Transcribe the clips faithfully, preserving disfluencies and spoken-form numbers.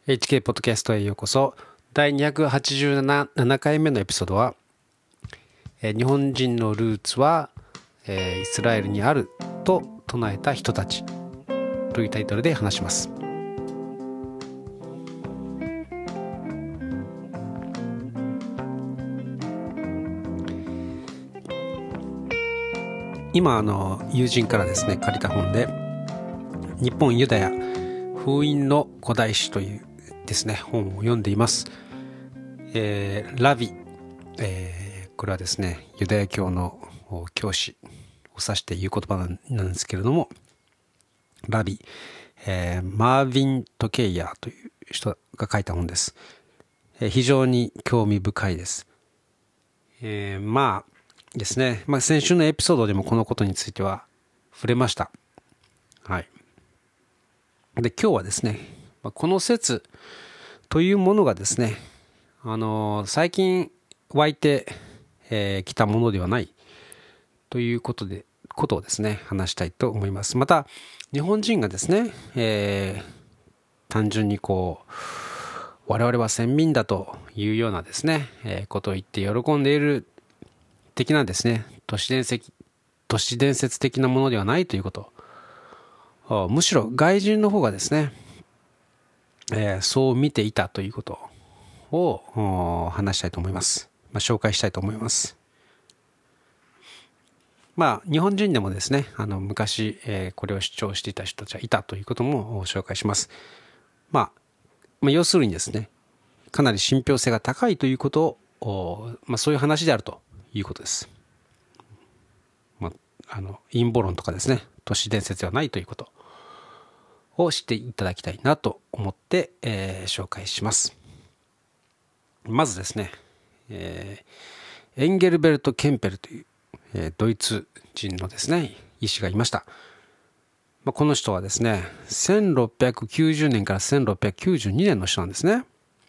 エイチケー ポッドキャストへようこそ。だいにひゃくはちじゅうななかいめのエピソードは、えー日本人のルーツは、えーイスラエルにあると唱えた人たちというタイトルで話します。今あの友人からですね借りた本で、日本ユダヤ封印の古代史というですね本を読んでいます。えーラビ、えーこれはですねユダヤ教の教師を指して言う言葉なんですけれども、ラビ、えーマーヴィン・トケイヤーという人が書いた本です。えー非常に興味深いです。えーまあですね、まあ、先週のエピソードでもこのことについては触れました。はい。で、今日はですね、この説というものがですね、あの最近湧いてき、えー、たものではないということで、ことをですね、話したいと思います。また、日本人がですね、えー単純にこう、我々は先民だというようなですね、えーことを言って喜んでいる的なですね、都市伝説、都市伝説的なものではないということ。むしろ外人の方がですね、えーそう見ていたということを話したいと思います。まあ、紹介したいと思います。まあ、日本人でもですね、あの昔、えーこれを主張していた人たちはいたということも紹介します。まあ、まあ、要するにですね、かなり信憑性が高いということを、まあ、そういう話であるということです。まあ、あの陰謀論とかですね、都市伝説ではないということを知っていただきたいなと思って、えー紹介します。まずですね、えーエンゲルベルト・ケンペルという、えードイツ人のですね医師がいました。まあ、この人はですねせんろっぴゃくきゅうじゅうねんからせんろっぴゃくきゅうじゅうにねんの人なんですね。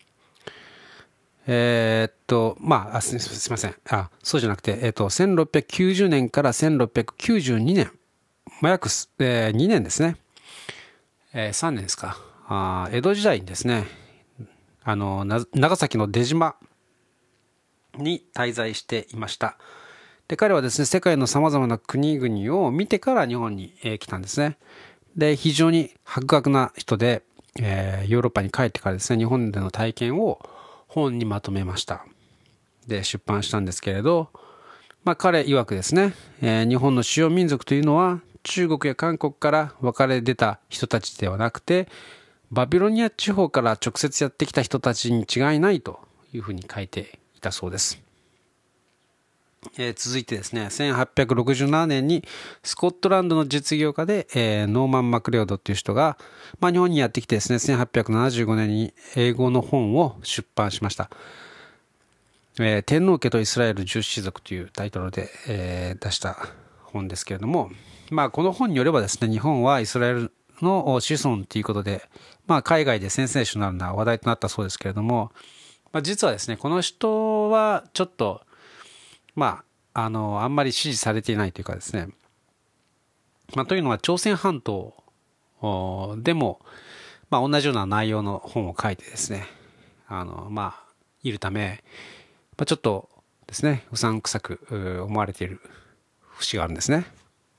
えーっとまああすすみませんあそうじゃなくて、えーっとせんろっぴゃくきゅうじゅうねんからせんろっぴゃくきゅうじゅうにねん、まあ、約、えーにねんですね、えーさんねんですか。あ江戸時代にですね、あのな長崎の出島に滞在していました。で彼はですね世界のさまざまな国々を見てから日本に、えー来たんですね。で非常に博学な人で、えーヨーロッパに帰ってからですね日本での体験を本にまとめました。で出版したんですけれど、まあ、彼曰くですね、えー日本の主要民族というのは中国や韓国から分かれ出た人たちではなくて、バビロニア地方から直接やってきた人たちに違いないというふうに書いていたそうです。えー続いてですねせんはっぴゃくろくじゅうななねんにスコットランドの実業家で、えーノーマン・マクレオドっていう人が、まあ、日本にやってきてですねせんはっぴゃくななじゅうごねんに英語の本を出版しました。えー天皇家とイスラエル十子族というタイトルで、えー出した本ですけれども、まあ、この本によればですね日本はイスラエルの子孫ということで、まあ、海外でセンセーショナルな話題となったそうですけれども、まあ、実はですねこの人はちょっとまああのあんまり支持されていないというかですね、まあ、というのは朝鮮半島おでも、まあ、同じような内容の本を書いてですねあのまあいるため、まあ、ちょっとですねうさんくさくう思われている節があるんですね。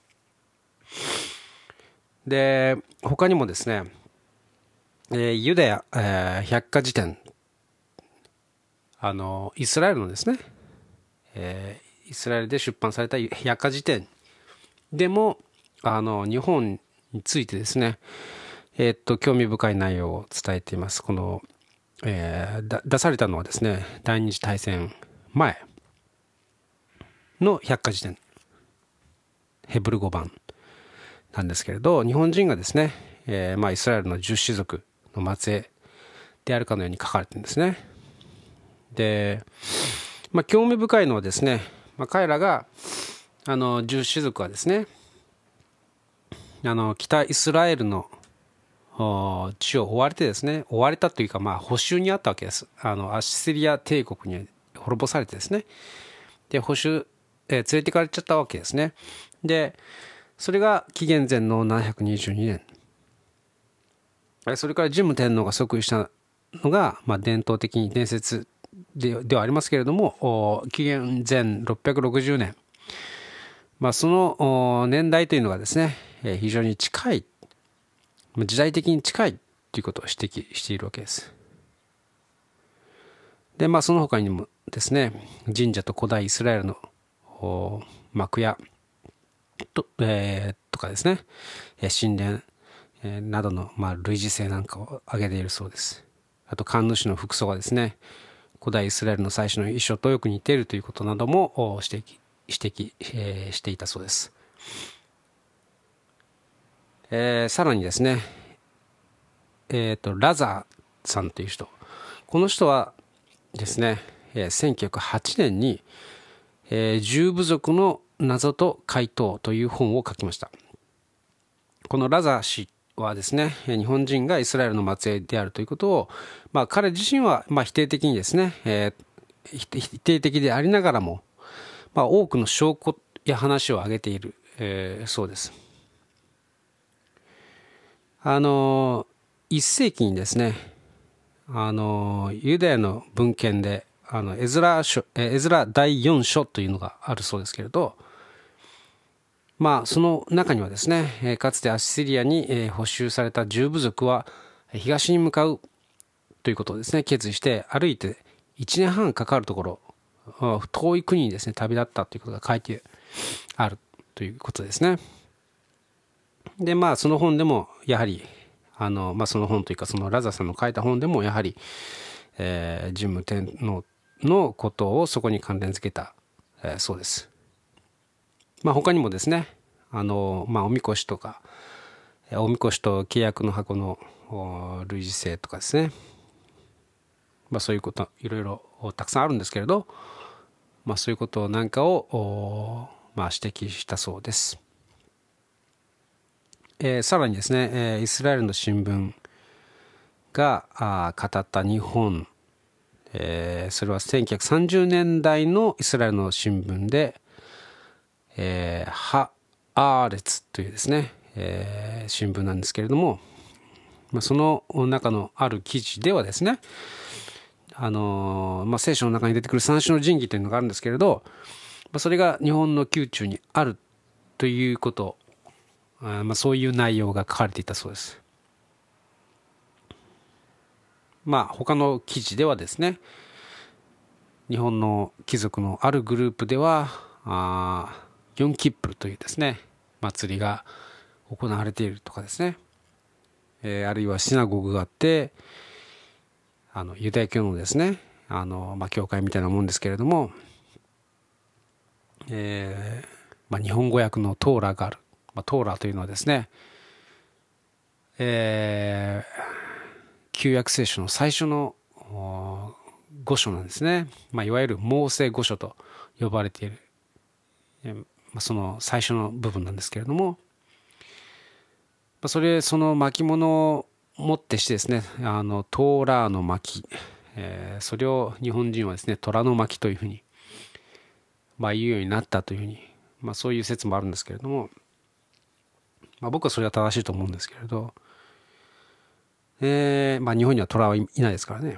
で他にもですね、えーユダヤ、えー百科事典、あのイスラエルのですね、えーイスラエルで出版された百科事典でもあの日本についてですね、えーっと興味深い内容を伝えています。この、えーだ出されたのはですね第二次大戦前の百科事典ヘブル語版なんですけれど、日本人がですね、えーまあ、イスラエルの十子族の末裔であるかのように書かれてるんですね。で、まあ、興味深いのはですね、まあ、彼らがあの十子族はですねあの北イスラエルのお地を追われてですね追われたというか、まあ、捕囚にあったわけです。あのアッシリア帝国に滅ぼされてですね、で捕囚、えー連れてかれちゃったわけですね。でそれが紀元前のななひゃくにじゅうにねん、それから神武天皇が即位したのが、まあ、伝統的に伝説でではありますけれども、紀元前ろっぴゃくろくじゅうねん、まあ、その年代というのがですね、非常に近い、時代的に近いということを指摘しているわけです。で、まあ、その他にもですね、神社と古代イスラエルの幕屋と、えー、とかですね、神殿、えー、などの、まあ、類似性なんかを挙げているそうです。あと神主の服装がですね、古代イスラエルの最初の衣装とよく似ているということなども指摘、指摘、えー、していたそうです。えー、さらにですね、えーと、ラザーさんという人、この人はですね、えー、せんきゅうひゃくはちねんに、えー、十部族の謎と回答という本を書きました。このラザー氏はですね、日本人がイスラエルの末裔であるということを、まあ、彼自身はまあ否定的にですね、えー、否定的でありながらも、まあ、多くの証拠や話を挙げている、えー、そうです。あのいっ世紀にですね、あのユダヤの文献であのエズラ書、エズラだいよん書というのがあるそうですけれど、まあ、その中にはですね、かつてアッシリアに捕囚された十部族は東に向かうということをですね、決意して歩いていちねんはんかかるところ、遠い国にですね、旅立ったということが書いてあるということですね。で、まあ、その本でもやはり、あの、まあ、その本というか、そのラザさんの書いた本でもやはり、えー、神武天皇のことをそこに関連付けた、えー、そうです。まあ、他にもですね、あの、まあ、おみこしとか、おみこしと契約の箱の類似性とかですね、まあ、そういうこといろいろたくさんあるんですけれど、まあ、そういうことなんかを、まあ、指摘したそうです。えー、さらにですね、えー、イスラエルの新聞があ語った日本、えー、それはせんきゅうひゃくさんじゅうねんだいのイスラエルの新聞で、えー、ハ・アーレツというですね、えー、新聞なんですけれども、まあ、その中のある記事ではですね、あのまあ、聖書の中に出てくる三種の神器というのがあるんですけれど、まあ、それが日本の宮中にあるということ、あまあ、そういう内容が書かれていたそうです。まあ他の記事ではですね、日本の貴族のあるグループではあヨンキップルというですね祭りが行われているとかですね、えー、あるいはシナゴグがあって、あのユダヤ教のですねあの、まあ、教会みたいなもんですけれども、えーまあ、日本語訳のトーラがある、まあ、トーラというのはですね、えー、旧約聖書の最初の御書なんですね、まあ、いわゆるモーセ御書と呼ばれている、えーまあ、その最初の部分なんですけれども、まあ、それその巻物をもってしてですね、あのトーラーの巻、えー、それを日本人はですね虎の巻というふうに、まあ、言うようになったというふうに、まあ、そういう説もあるんですけれども、まあ、僕はそれは正しいと思うんですけれど、えーまあ、日本には虎はいないですからね、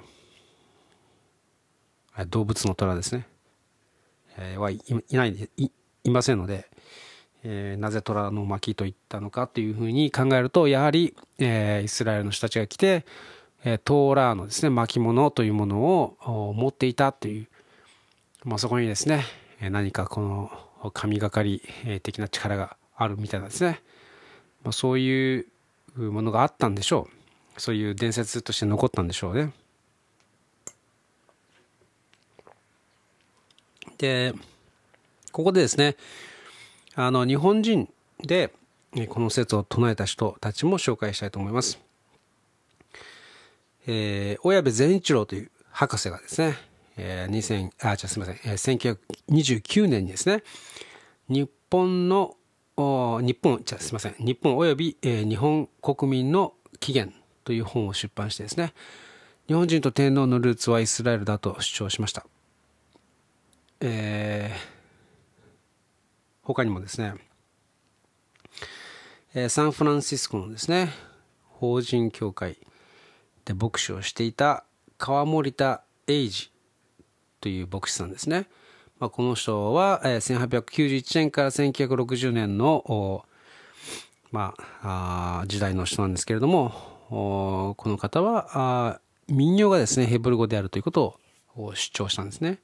動物の虎ですね、えー、はい、いないで い, いませんので、えー、なぜ虎の巻と言ったのかというふうに考えると、やはり、えー、イスラエルの人たちが来て、えー、トーラーのですね巻物というものを持っていたという、まあ、そこにですね何かこの神がかり的な力があるみたいなですね、まあ、そういうものがあったんでしょう。そういう伝説として残ったんでしょうね。でここでですね、あの日本人でこの説を唱えた人たちも紹介したいと思います。えー、小矢部善一郎という博士がですね、えー、にせんあじゃすみません、えー、せんきゅうひゃくにじゅうきゅうねんにですね、日本の日本じゃすみません日本および、えー、日本国民の起源という本を出版してですね、日本人と天皇のルーツはイスラエルだと主張しました。えー、他にもですね、サンフランシスコのですね法人協会で牧師をしていた川森田英二という牧師さんですね。まあ、この人は、えー、せんはっぴゃくきゅうじゅういちねんからせんきゅうひゃくろくじゅうねんの、まあ、あ時代の人なんですけれども、この方はあ民謡がですねヘブル語であるということを主張したんですね。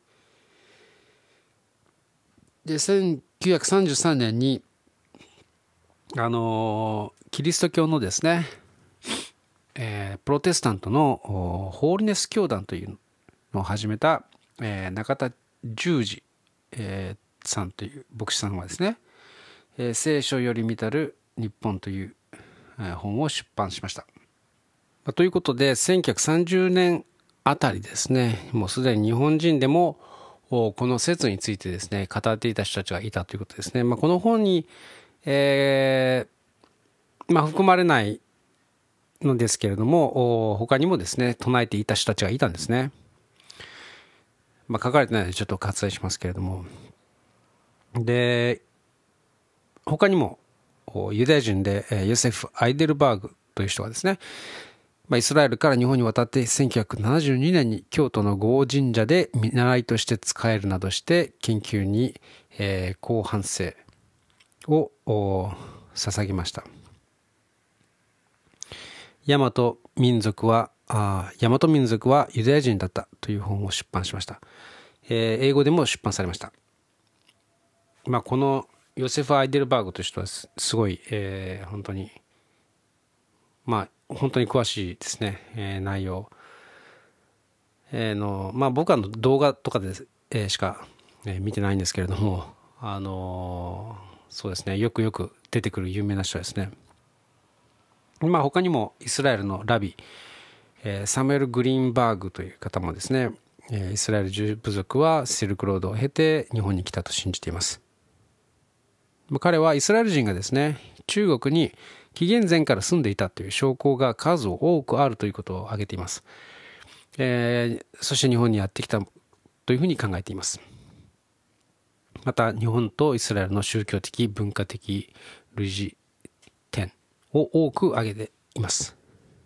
でせんきゅうひゃくさんじゅうさんねんにあのキリスト教のですね、えー、プロテスタントのホーリネス教団というのを始めた、えー、中田十二、えー、さんという牧師さんはですね、えー、聖書より見たる日本という、えー、本を出版しました。まあ、ということでせんきゅうひゃくさんじゅうねんあたりですね、もうすでに日本人でもこの説についてですね語っていた人たちがいたということですね。まあ、この本に、えーまあ、含まれないのですけれども、他にもですね唱えていた人たちがいたんですね。まあ、書かれてないのでちょっと割愛しますけれども、で他にもユダヤ人でヨセフ・アイデルバーグという人がですね、まあ、イスラエルから日本に渡ってせんきゅうひゃくななじゅうにねんに京都の郷神社で見習いとして仕えるなどして研究に、えー、広範性を捧げました。大和民族はあ大和民族はユダヤ人だったという本を出版しました。えー、英語でも出版されました。まあ、このヨセフ・アイデルバーグという人はすごい、えー、本当にまあ本当に詳しいですね、えー、内容、えー、のまあ僕はの動画とかで、えー、しか、えー、見てないんですけれども、あのー、そうですねよくよく出てくる有名な人ですね。まあ他にもイスラエルのラビ、えー、サムエル・グリーンバーグという方もですね、えー、イスラエル十部族はシルクロードを経て日本に来たと信じています。彼はイスラエル人がですね中国に紀元前から住んでいたという証拠が数多くあるということを挙げています。えー、そして日本にやってきたというふうに考えています。また日本とイスラエルの宗教的文化的類似点を多く挙げています。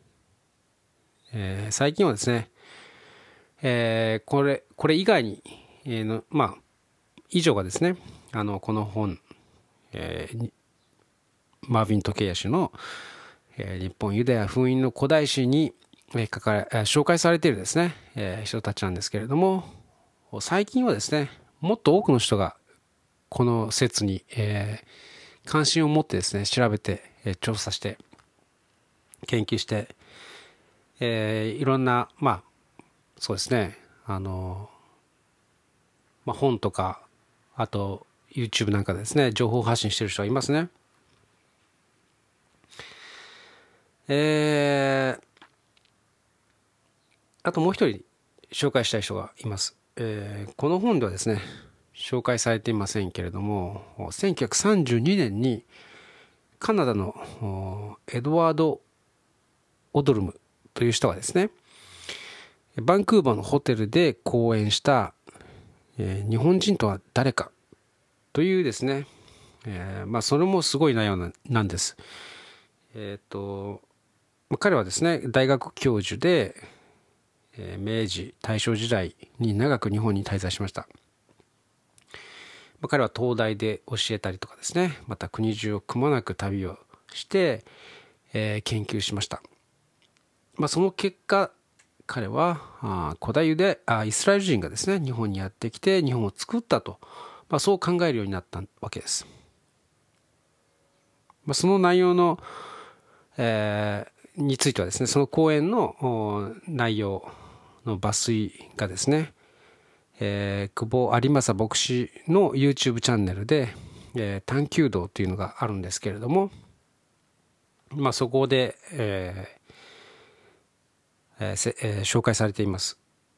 えー、最近はですね、えー、これこれ以外に、えー、のまあ以上がですねあのこの本、えー、マーヴィン・トケイヤ氏の、えー、日本ユダヤ封印の古代史に、えー、書かれ紹介されているですね、えー、人たちなんですけれども、最近はですねもっと多くの人がこの説に、えー、関心を持ってですね調べて、えー、調査して研究して、えー、いろんなまあそうですねあの、まあ、本とかあと YouTube なんかでですね情報発信している人がいますね。えー、あともう一人紹介したい人がいます。えー、この本ではですね紹介されていませんけれども、せんきゅうひゃくさんじゅうにねんにカナダのエドワード・オドルムという人がですねバンクーバーのホテルで講演した、えー、日本人とは誰かというですね、えー、まあそれもすごい内容なんです。えっと彼はですね大学教授で、えー、明治大正時代に長く日本に滞在しました。まあ、彼は東大で教えたりとかですねまた国中をくまなく旅をして、えー、研究しました。まあ、その結果彼はあ古代ユダヤイスラエル人がですね日本にやってきて日本を作ったと、まあ、そう考えるようになったわけです。まあ、その内容の、えー、についてはですねその講演の内容の抜粋がですね、えー、久保有正牧師の YouTube チャンネルで、えー、探求道というのがあるんですけれども、まあ、そこで、えーえーえー、紹介されています。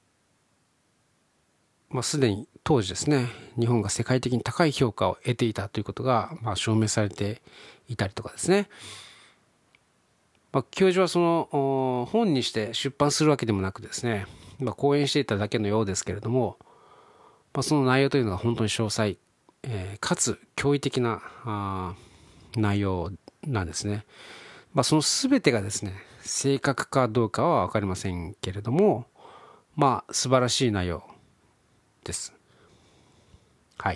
まあ、すでに当時ですね日本が世界的に高い評価を得ていたということが、まあ、証明されていたりとかですね、まあ、教授はその本にして出版するわけでもなくですね、まあ、講演していただけのようですけれども、まあ、その内容というのが本当に詳細、えー、かつ驚異的なあ内容なんですね。まあ、その全てがですね正確かどうかは分かりませんけれども、まあ素晴らしい内容です。はい。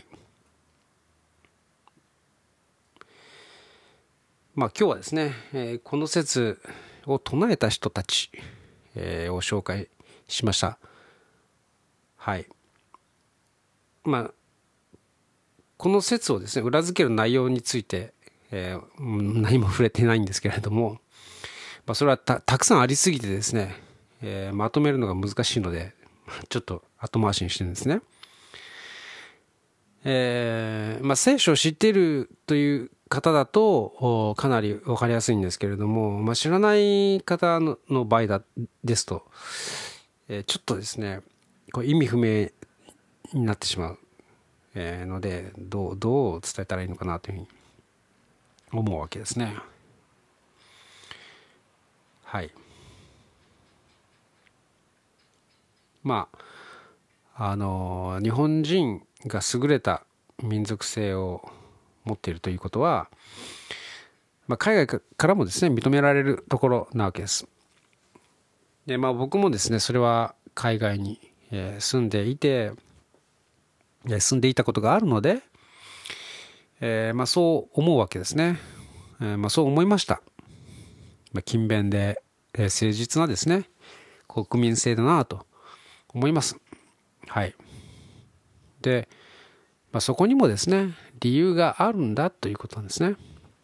まあ今日はですね、えーこの説を唱えた人たち、えーを紹介しました。はい。まあこの説をですね、裏付ける内容について、えーうん何も触れてないんですけれども、まあ、それは た, たくさんありすぎてですね、えーまとめるのが難しいので、ちょっと後回しにしてるんですね。えーまあ、聖書を知っているという方だとかなり分かりやすいんですけれども、まあ、知らない方のの場合だですと、えーちょっとですねこう意味不明になってしまう、えーのでどうどう伝えたらいいのかなというふうに思うわけですね。はい。まああの日本人が優れた民族性を持っているということは、まあ、海外からもですね認められるところなわけです。で、まあ、僕もですねそれは海外にえー住んでいてえー住んでいたことがあるので、えーまあ、そう思うわけですね。えーまあ、そう思いました。まあ、勤勉で、えー誠実なですね国民性だなと思います。はい。で、まあ、そこにもですね理由があるんだということなんですね。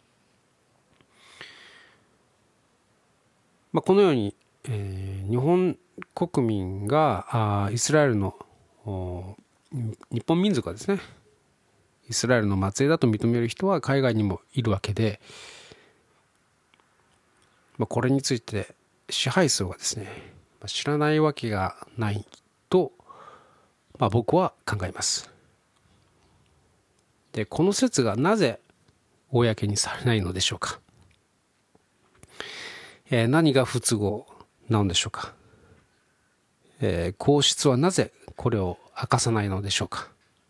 まあ、このように、えー日本国民があイスラエルの日本民族がですねイスラエルの末裔だと認める人は海外にもいるわけで、まあ、これについて支配層がですね知らないわけがないと、まあ、僕は考えます。で、この説がなぜ公にされないのでしょうか。えー何が不都合なのでしょうか。えー皇室はなぜこれを明かさないのでしょうか。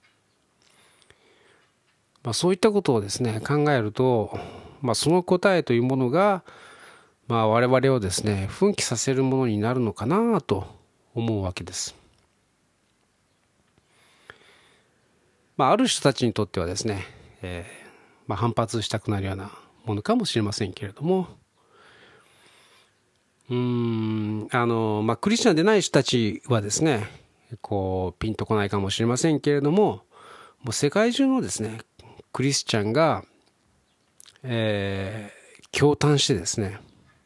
まあ、そういったことをですね考えると、まあ、その答えというものが、まあ、我々をですね奮起させるものになるのかなと思うわけです。まあ、ある人たちにとってはですね、えーまあ、反発したくなるようなものかもしれませんけれども、うーんあの、まあ、クリスチャンでない人たちはですねこうピンとこないかもしれませんけれども、もう世界中のですねクリスチャンが、えー、驚嘆してですね、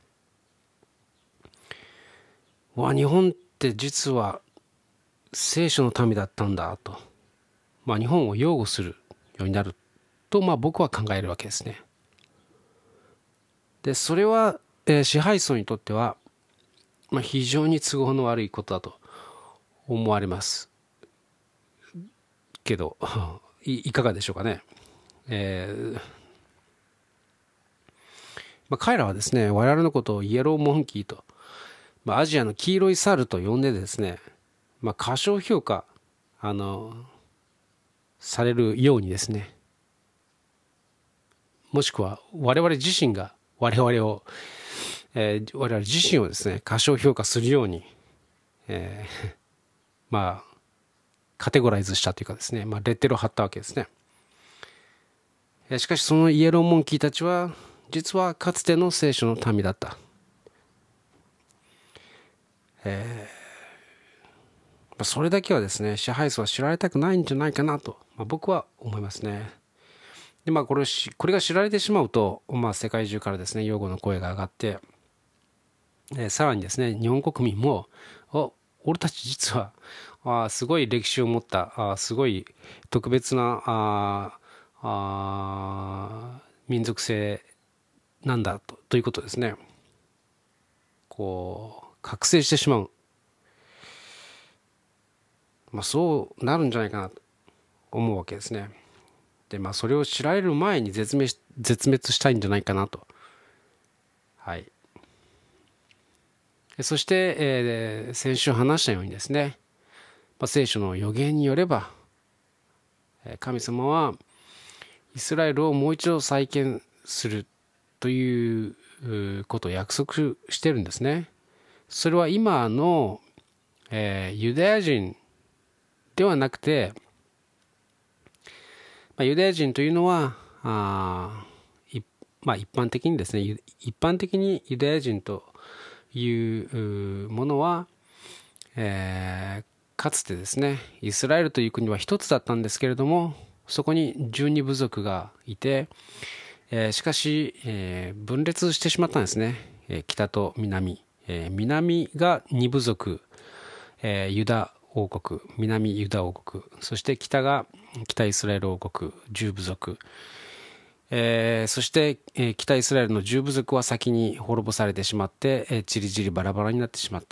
わ日本って実は聖書の民だったんだと、まあ、日本を擁護するようになると、まあ、僕は考えるわけですね。でそれは、えー支配層にとっては、まあ、非常に都合の悪いことだと思われますけどいいかがでしょうかね。えーまあ、彼らはですね我々のことをイエローモンキーと、まあ、アジアの黄色い猿と呼んでですね、まあ、過小評価あのされるようにですね、もしくは我々自身が我々を、えー我々自身をですね過小評価するように、えーまあカテゴライズしたというかですね、まあ、レッテルを貼ったわけですね。しかしそのイエローモンキーたちは実はかつての聖書の民だった。えー、それだけはですね支配層は知られたくないんじゃないかなと、まあ、僕は思いますね。でまあこれこれが知られてしまうと、まあ、世界中からですね擁護の声が上がって、えーさらにですね日本国民もお俺たち実はあすごい歴史を持ったあすごい特別なああ民族性なんだとということですねこう覚醒してしまう、まあ、そうなるんじゃないかなと思うわけですね。でまあそれを知られる前に絶滅絶滅したいんじゃないかなと。はい。そして、えー先週話したようにですね、まあ、聖書の予言によれば神様はイスラエルをもう一度再建するということを約束してるんですね。それは今の、えー、ユダヤ人ではなくて、まあ、ユダヤ人というのはあ、まあ、一般的にですね、一般的にユダヤ人というものは、えー、かつてですね、イスラエルという国は一つだったんですけれども、そこにじゅうに部族がいて、えー、しかし、えー、分裂してしまったんですね。えー、北と南、えー、南がに部族、えー、ユダ王国、南ユダ王国、そして北が北イスラエル王国じゅう部族、えー、そして、えー、北イスラエルのじゅう部族は先に滅ぼされてしまって、えー、ちりぢりバラバラになってしまった。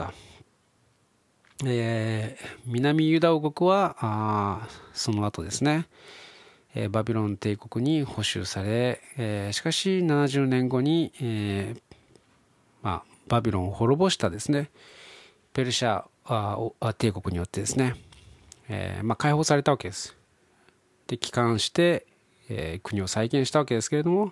えー、南ユダ王国はあその後ですね、えー、バビロン帝国に捕囚され、えー、しかしななじゅうねんごに、えーまあ、バビロンを滅ぼしたですねペルシャ帝国によってですね、えーまあ、解放されたわけです。で帰還して、えー、国を再建したわけですけれども、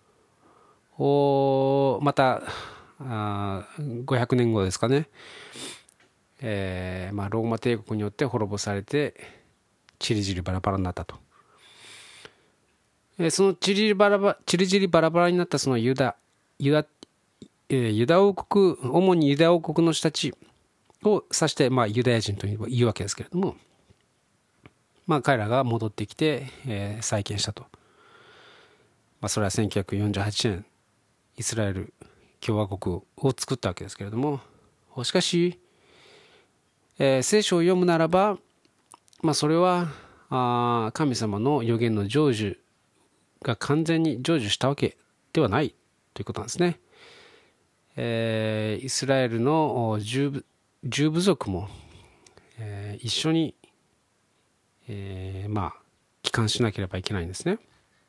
おまたあごひゃくねんごですかね、えーまあ、ローマ帝国によって滅ぼされてちりぢりバラバラになったと。えー、そのちりぢりバラバラちりぢりバラバラになったそのユダユダ、えー、ユダ王国、主にユダ王国の人たちを指して、まあ、ユダヤ人というわけですけれども、まあ、彼らが戻ってきて、えー、再建したと。まあ、それはせんきゅうひゃくよんじゅうはちねんイスラエル共和国を作ったわけですけれども、しかし、えー、聖書を読むならば、まあ、それはあ神様の預言の成就が完全に成就したわけではないということなんですね。えー、イスラエルの十部族も、えー、一緒に、えー、まあ帰還しなければいけないんですね。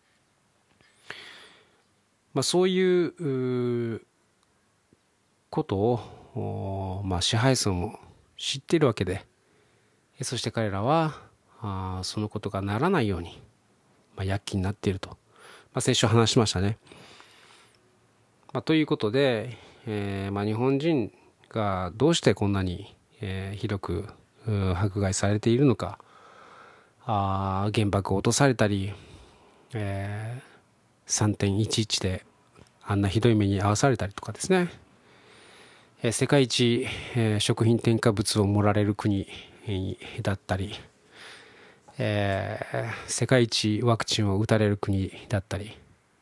まあ、そういうことを、まあ、支配層も知っているわけで、そして彼らはあそのことがならないように、まあ、躍起になっていると、まあ、先週話しましたね。まあ、ということで、えーまあ、日本人がどうしてこんなに、えー、ひどく迫害されているのか、あ原爆を落とされたり、えー、さんてんいちいち であんなひどい目に遭わされたりとかですね、えー、世界一、えー、食品添加物を盛られる国だったり、えー、世界一ワクチンを打たれる国だったり、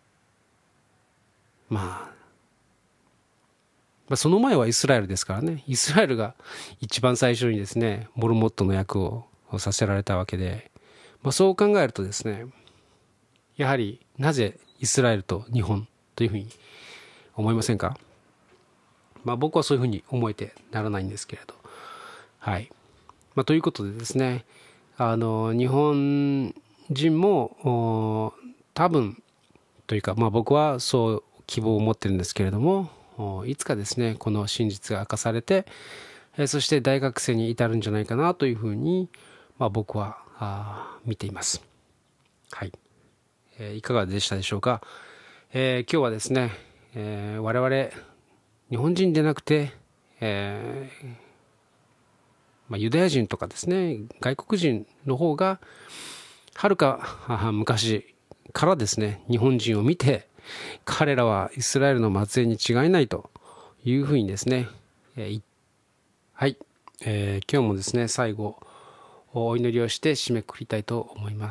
まあまあ、その前はイスラエルですからね、イスラエルが一番最初にですねモルモットの役をさせられたわけで、まあ、そう考えるとですね、やはりなぜイスラエルと日本というふうに思いませんか？まあ、僕はそういうふうに思えてならないんですけれど、はい、まあ、ということでですね、あの日本人も多分というか、まあ、僕はそう希望を持ってるんですけれども、いつかですねこの真実が明かされて、そして大学生に至るんじゃないかなというふうに、まあ、僕はあ見ています。はい、えー、いかがでしたでしょうか。えー、今日はですね、えー、我々日本人でなくて、えーまあ、ユダヤ人とかですね外国人の方がはるか昔からですね日本人を見て、彼らはイスラエルの末裔に違いないというふうにですね、えー、はい、えー、今日もですね最後お祈りをして締めくくりたいと思います。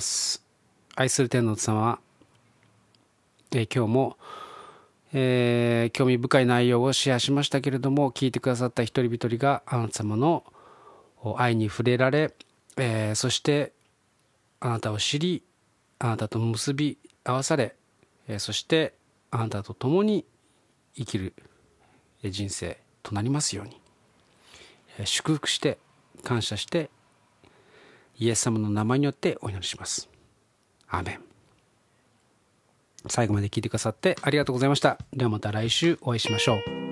愛する天の様、えー、今日も、えー、興味深い内容をシェアしましたけれども、聞いてくださった一人一人があなた様の愛に触れられ、えー、そしてあなたを知り、あなたと結び合わされ、えー、そしてあなたと共に生きる人生となりますように、えー、祝福して感謝してイエス様の名前によってお祈りします。アーメン。最後まで聞いてくださってありがとうございました。ではまた来週お会いしましょう。